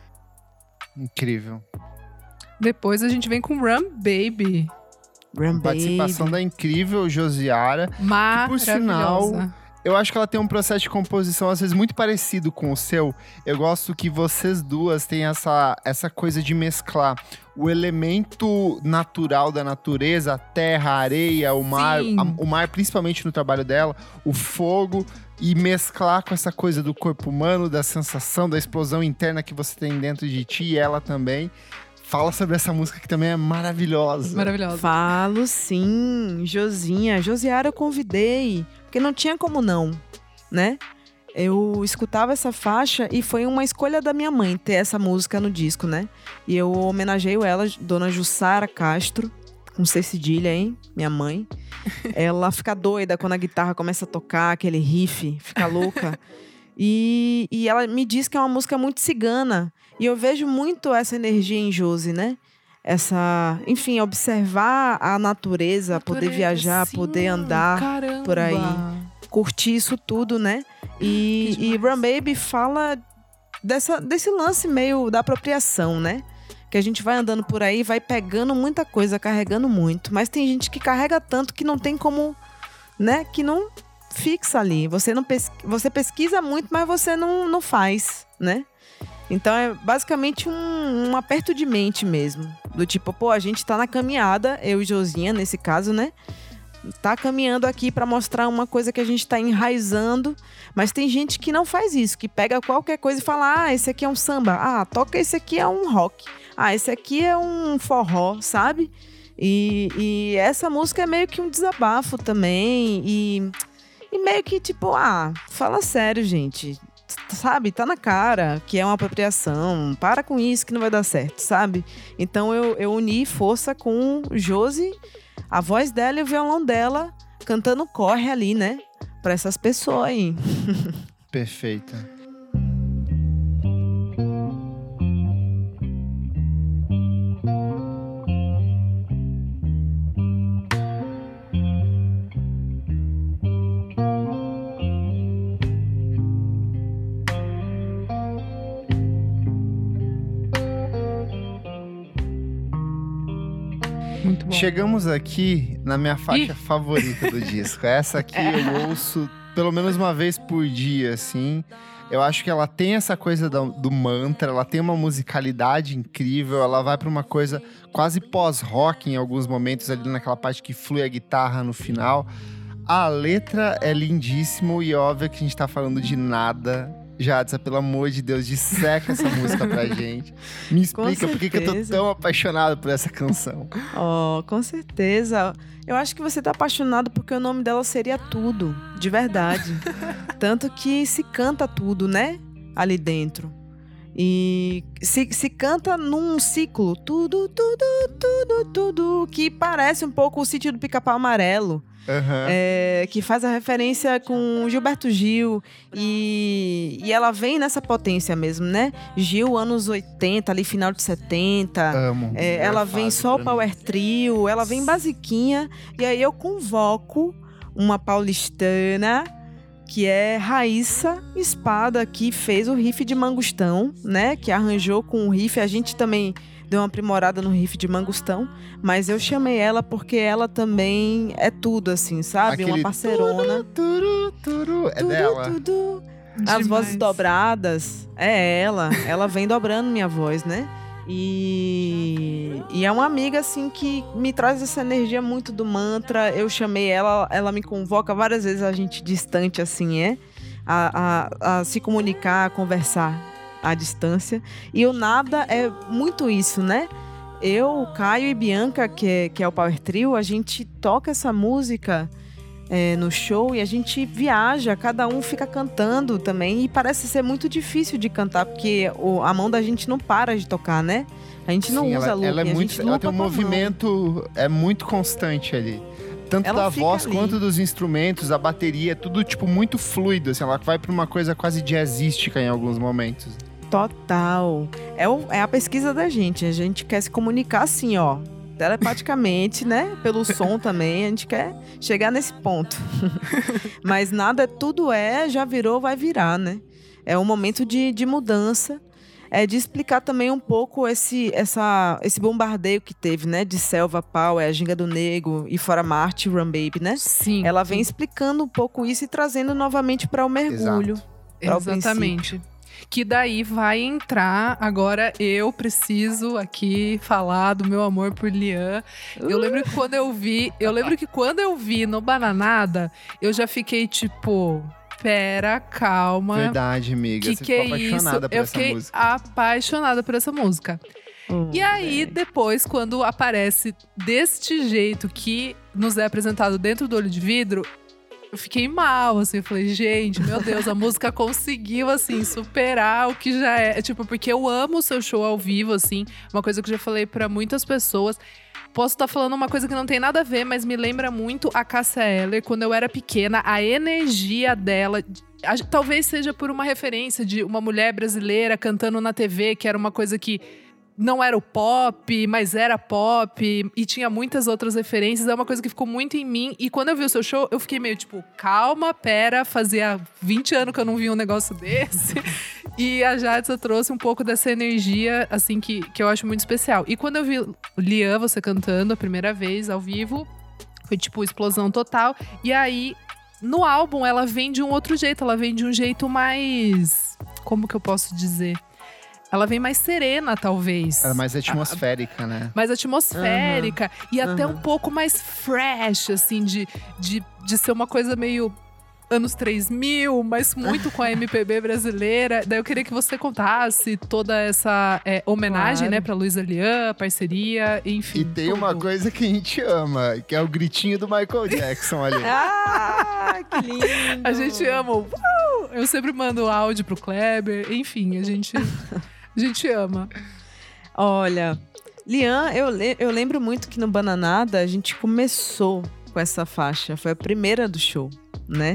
Incrível. Depois a gente vem com Run Baby. Run Participação Baby. da incrível Josiara. Maravilhosa. Que, por sinal, Eu acho que ela tem um processo de composição, às vezes, muito parecido com o seu. Eu gosto que vocês duas têm essa, essa coisa de mesclar o elemento natural da natureza, a terra, a areia, o mar, a, o mar principalmente no trabalho dela, o fogo, e mesclar com essa coisa do corpo humano, da sensação, da explosão interna que você tem dentro de ti e ela também. Fala sobre essa música que também é maravilhosa. Maravilhosa. Falo sim, Josinha. Josiara eu convidei, porque não tinha como não, né? Eu escutava essa faixa e foi uma escolha da minha mãe ter essa música no disco, né? E eu homenageio ela, Dona Jussara Castro, com C cedilha, hein? Minha mãe. Ela fica doida quando a guitarra começa a tocar, aquele riff, fica louca. E, e ela me diz que é uma música muito cigana. E eu vejo muito essa energia em Josi, né? Essa, enfim, observar a natureza, natureza poder viajar, sim, poder andar caramba. Por aí. Curtir isso tudo, né? E, e Run Baby fala dessa, desse lance meio da apropriação, né? Que a gente vai andando por aí, vai pegando muita coisa, carregando muito. Mas tem gente que carrega tanto que não tem como, né? Que não fixa ali. Você, não pes... você pesquisa muito, mas você não, não faz, né? Então é basicamente um, um aperto de mente mesmo. Do tipo, pô, a gente tá na caminhada, eu e Josinha, nesse caso, né? Tá caminhando aqui pra mostrar uma coisa que a gente tá enraizando. Mas tem gente que não faz isso, que pega qualquer coisa e fala, ah, esse aqui é um samba. Ah, toca esse aqui é um rock. Ah, esse aqui é um forró, sabe? E, e essa música é meio que um desabafo também. E, e meio que tipo, ah, fala sério, gente. Sabe, tá na cara que é uma apropriação, para com isso que não vai dar certo, sabe? Então eu, eu uni força com Josi, a voz dela e o violão dela cantando corre ali, né? Pra essas pessoas aí. Perfeita. Muito bom. Chegamos aqui na minha faixa Ih. favorita do disco. Essa aqui eu ouço pelo menos uma vez por dia, assim. Eu acho que ela tem essa coisa do, do mantra, ela tem uma musicalidade incrível, ela vai pra uma coisa quase pós-rock em alguns momentos, ali naquela parte que flui a guitarra no final. A letra é lindíssimo e óbvio que a gente tá falando de nada. Jadsa, pelo amor de Deus, disseca essa música pra gente. Me explica por que que eu tô tão apaixonado por essa canção. Oh, com certeza. Eu acho que você tá apaixonado porque o nome dela seria Tudo, de verdade. Tanto que se canta tudo, né? Ali dentro. E se, se canta num ciclo. Tudo, tudo, tudo, tudo. Que parece um pouco o Sítio do Pica-Pau Amarelo. Uhum. É, que faz a referência com Gilberto Gil e, e ela vem nessa potência mesmo, né? Gil, anos oitenta, ali final de setenta. Amo. É, ela vem só o Power Trio, ela vem basiquinha. E aí eu convoco uma paulistana que é Raíssa Espada, que fez o riff de Mangostão, né? Que arranjou com o riff. A gente também deu uma aprimorada no riff de Mangostão, mas eu chamei ela porque ela também é tudo, assim, sabe? Aquele uma parceirona. Turu, turu, turu. É Tudo, dela. tudo. Demais. As vozes dobradas, é ela. Ela vem dobrando minha voz, né? E, e é uma amiga, assim, que me traz essa energia muito do mantra. Eu chamei ela, ela me convoca várias vezes, a gente distante, assim, é? A, a, a se comunicar, a conversar à distância. E o Nada é muito isso, né? Eu, Caio e Bianca, que é, que é o Power Trio, a gente toca essa música é, no show e a gente viaja, cada um fica cantando também. E parece ser muito difícil de cantar, porque o, a mão da gente não para de tocar, né? A gente não Sim, usa ela, looping, ela é a muito, gente ela lupa tem um com a mão. movimento é muito constante ali. Tanto Ela da fica voz ali. quanto dos instrumentos, a bateria, tudo tipo muito fluido, assim, ela vai pra uma coisa quase jazzística em alguns momentos. Total. É, o, é a pesquisa da gente. A gente quer se comunicar assim, ó. Telepaticamente, né? Pelo som também. A gente quer chegar nesse ponto. Mas nada, tudo é, já virou, vai virar, né? É um momento de, de mudança. é de explicar também um pouco esse, essa, esse bombardeio que teve, né? De Selva, Power, a Ginga do Nego e Fora Marte, Run Baby, né? Sim. Ela vem explicando um pouco isso e trazendo novamente para o mergulho. Pra Exatamente. Que daí vai entrar, agora eu preciso aqui falar do meu amor por Lian. Uh. Eu lembro que quando eu vi, eu lembro que quando eu vi no Bananada, eu já fiquei tipo, pera, calma. Verdade, amiga. Que Você que ficou é isso? apaixonada por eu essa fiquei música. apaixonada por essa música. Hum, e aí, bem. depois, quando aparece deste jeito que nos é apresentado dentro do Olho de Vidro, eu fiquei mal, assim, eu falei, gente, meu Deus, a música conseguiu, assim, superar o que já é. Tipo, porque eu amo o seu show ao vivo, assim, uma coisa que eu já falei pra muitas pessoas. Posso estar falando uma coisa que não tem nada a ver, mas me lembra muito a Cássia Eller, quando eu era pequena, a energia dela. A, talvez seja por uma referência de uma mulher brasileira cantando na T V, que era uma coisa que não era o pop, mas era pop. E tinha muitas outras referências. É uma coisa que ficou muito em mim. E quando eu vi o seu show, eu fiquei meio tipo, calma, pera. Fazia vinte anos que eu não vi um negócio desse. E a Jadsa trouxe um pouco dessa energia, assim, que, que eu acho muito especial. E quando eu vi Lian, você cantando a primeira vez, ao vivo, foi tipo explosão total. E aí, no álbum, ela vem de um outro jeito. Ela vem de um jeito mais... Como que eu posso dizer? Ela vem mais serena, talvez. Ela é mais atmosférica, né? Mais atmosférica. Uhum. E até Uhum. um pouco mais fresh, assim, de, de, de ser uma coisa meio anos três mil, mas muito com a M P B brasileira. Daí eu queria que você contasse toda essa é, homenagem, Claro. né, pra Luísa Lian, parceria, enfim. E tem tudo. uma coisa que a gente ama, que é o gritinho do Michael Jackson ali. Ah, que lindo! A gente ama o uh! Eu sempre mando áudio pro Kleber. Enfim, a gente, a gente ama. Olha, Lian, eu, le- eu lembro muito que no Bananada a gente começou com essa faixa. Foi a primeira do show, né?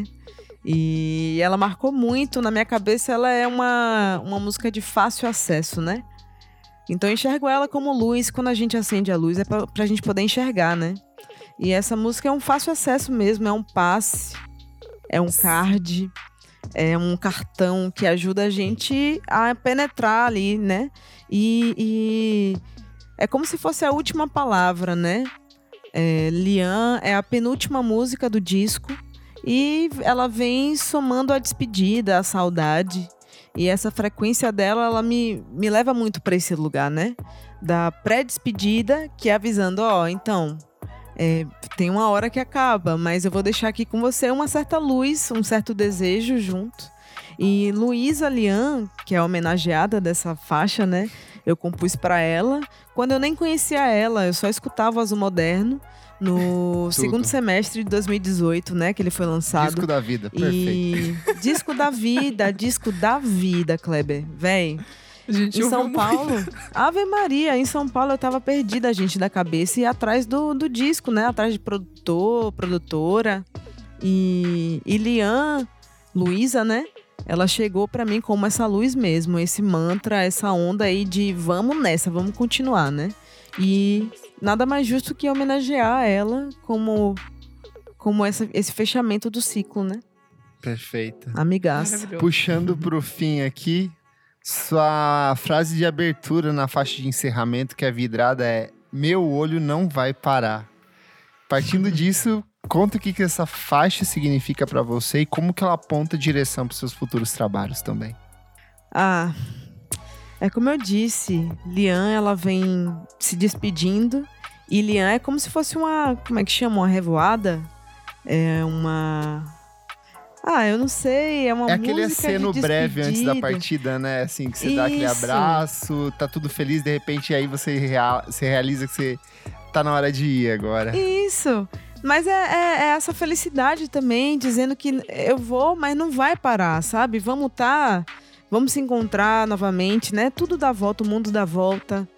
E ela marcou muito. Na minha cabeça, ela é uma, uma música de fácil acesso, né? Então eu enxergo ela como luz. Quando a gente acende a luz, é pra, pra gente poder enxergar, né? E essa música é um fácil acesso mesmo. É um passe, é um card, é um cartão que ajuda a gente a penetrar ali, né? E, e é como se fosse a última palavra, né? É, Lian é a penúltima música do disco e ela vem somando a despedida, a saudade. E essa frequência dela, ela me, me leva muito para esse lugar, né? Da pré-despedida, que é avisando, ó, então, é, tem uma hora que acaba, mas eu vou deixar aqui com você uma certa luz, um certo desejo junto. E Luísa Lian, que é a homenageada dessa faixa, né? Eu compus para ela. Quando eu nem conhecia ela, eu só escutava o Azul Moderno no segundo semestre de dois mil e dezoito, né? Que ele foi lançado. Disco da vida, perfeito. E disco da vida, disco da vida, Kleber. Véi, A gente em São ouviu Paulo, muito. Ave Maria, em São Paulo eu tava perdida, gente, da cabeça e atrás do, do disco, né? Atrás de produtor, produtora. E, e Lian, Luísa, né? Ela chegou pra mim como essa luz mesmo, esse mantra, essa onda aí de vamos nessa, vamos continuar, né? E nada mais justo que homenagear ela como, como essa, esse fechamento do ciclo, né? Perfeito. Amigaça. Maravilhoso. Puxando pro fim aqui, sua frase de abertura na faixa de encerramento, que é vidrada, é meu olho não vai parar. Partindo disso, conta o que, que essa faixa significa pra você e como que ela aponta direção pros seus futuros trabalhos também. Ah, é como eu disse, Lian, ela vem se despedindo e Lian é como se fosse uma, como é que chama, uma revoada? É uma... Ah, eu não sei, é uma É música aquele de aceno breve antes da despedida. partida, né? Assim, que você dá aquele Isso. abraço, tá tudo feliz, de repente aí você, rea- você realiza que você tá na hora de ir agora. Isso, mas é, é- é essa felicidade também, dizendo que eu vou, mas não vai parar, sabe? Vamos tá, vamos se encontrar novamente, né? Tudo dá volta, o mundo dá volta.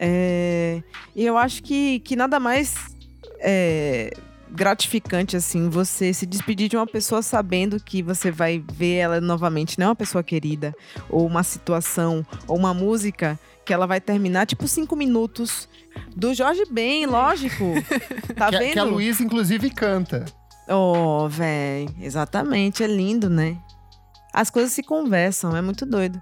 É, e eu acho que, que nada mais é, gratificante, assim, você se despedir de uma pessoa sabendo que você vai ver ela novamente, não é uma pessoa querida, ou uma situação, ou uma música que ela vai terminar, tipo, cinco minutos. Do Jorge Ben, lógico. Tá que, a- vendo? que a Luísa, inclusive, canta. Oh, véi. Exatamente. É lindo, né? As coisas se conversam. É muito doido.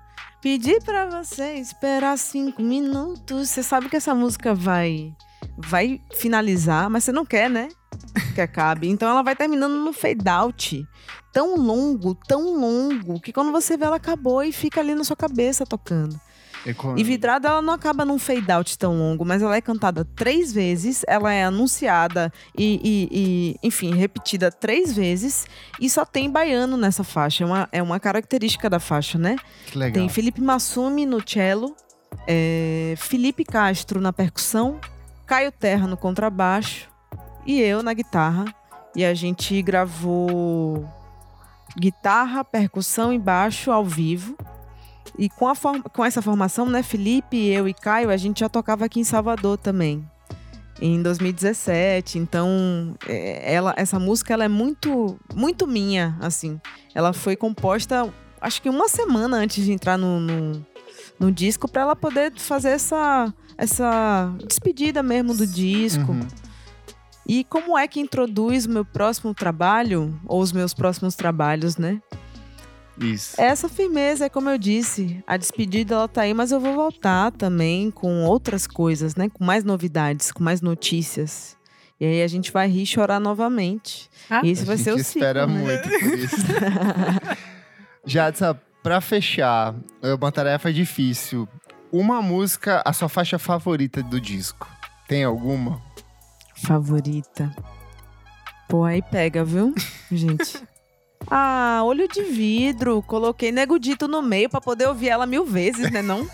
Pedi pra você esperar cinco minutos. Você sabe que essa música vai, vai finalizar, mas você não quer, né? Que acabe. Então ela vai terminando no fade out. Tão longo, tão longo, que quando você vê ela acabou e fica ali na sua cabeça tocando. E Vidrada, ela não acaba num fade out tão longo, mas ela é cantada três vezes, ela é anunciada e, e, e enfim, repetida três vezes, e só tem baiano nessa faixa. É uma, é uma característica da faixa, né? Que legal. Tem Felipe Massumi no cello, é, Felipe Castro na percussão, Caio Terra no contrabaixo e eu na guitarra. E a gente gravou guitarra, percussão e baixo ao vivo. E com, a form- com essa formação, né, Felipe, eu e Caio, a gente já tocava aqui em Salvador também, em dois mil e dezessete. Então, é, ela, essa música ela é muito, muito minha, assim. Ela foi composta, acho que uma semana antes de entrar no, no, no disco, para ela poder fazer essa, essa despedida mesmo do disco. Uhum. E como é que introduz o meu próximo trabalho, ou os meus próximos trabalhos, né? Isso. Essa firmeza, é como eu disse, a despedida ela tá aí, mas eu vou voltar também com outras coisas, né? Com mais novidades, com mais notícias. E aí a gente vai rir e chorar novamente. Ah, e esse vai ser o ciclo, espera né? muito por isso. Jadsa, pra fechar, é uma tarefa difícil. Uma música, a sua faixa favorita do disco. Tem alguma? Favorita. Pô, aí pega, viu, gente? Ah, Olho de Vidro. Coloquei Nego Dito no meio pra poder ouvir ela mil vezes, né não?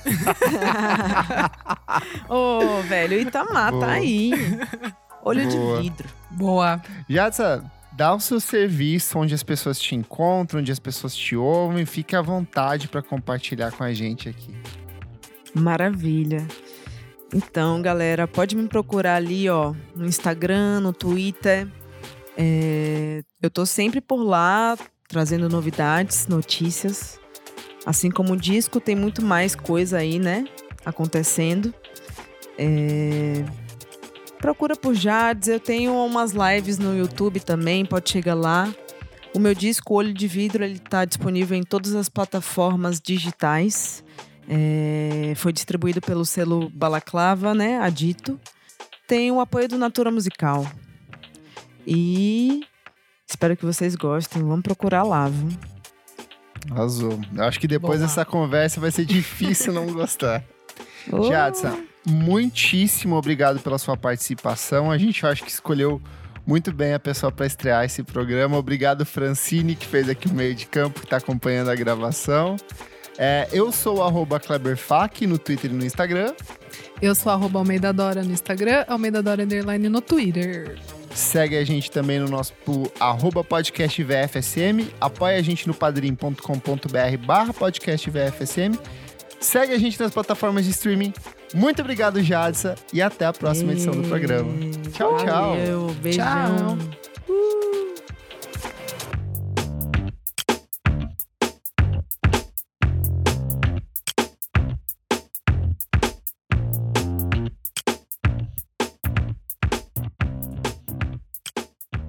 Ô, oh, velho, Itamar, Boa. tá aí. Olho Boa. de Vidro. Boa. Jadsa, dá o seu serviço onde as pessoas te encontram, onde as pessoas te ouvem. Fique à vontade pra compartilhar com a gente aqui. Maravilha. Então, galera, pode me procurar ali, ó, no Instagram, no Twitter. É, eu tô sempre por lá, trazendo novidades, notícias. Assim como o disco, tem muito mais coisa aí, né, acontecendo. É, procura por Jades, eu tenho umas lives no YouTube também, pode chegar lá. O meu disco Olho de Vidro, ele tá disponível em todas as plataformas digitais. É, foi distribuído pelo selo Balaclava, né, Adito. Tem o apoio do Natura Musical. E espero que vocês gostem. Vamos procurar lá, viu? Arrasou. Eu acho que depois Boa. dessa conversa vai ser difícil não gostar. Oh. Jadsa, muitíssimo obrigado pela sua participação. A gente acho que escolheu muito bem a pessoa para estrear esse programa. Obrigado, Francine, que fez aqui o meio de campo, que está acompanhando a gravação. É, eu sou o arroba KleberFac no Twitter e no Instagram. Eu sou arroba Almeida Dora no Instagram, Almeida Dora Underline no Twitter. Segue a gente também no nosso pro, arroba podcast V F S M. Apoia a gente no padrim ponto com ponto b r barra podcast V F S M. Segue a gente nas plataformas de streaming. Muito obrigado, Jadsa. E até a próxima edição do programa. Tchau, tchau. Valeu, beijão. Tchau. Uh.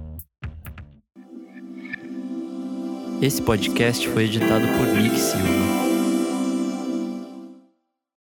Esse podcast foi editado por Nick Silva.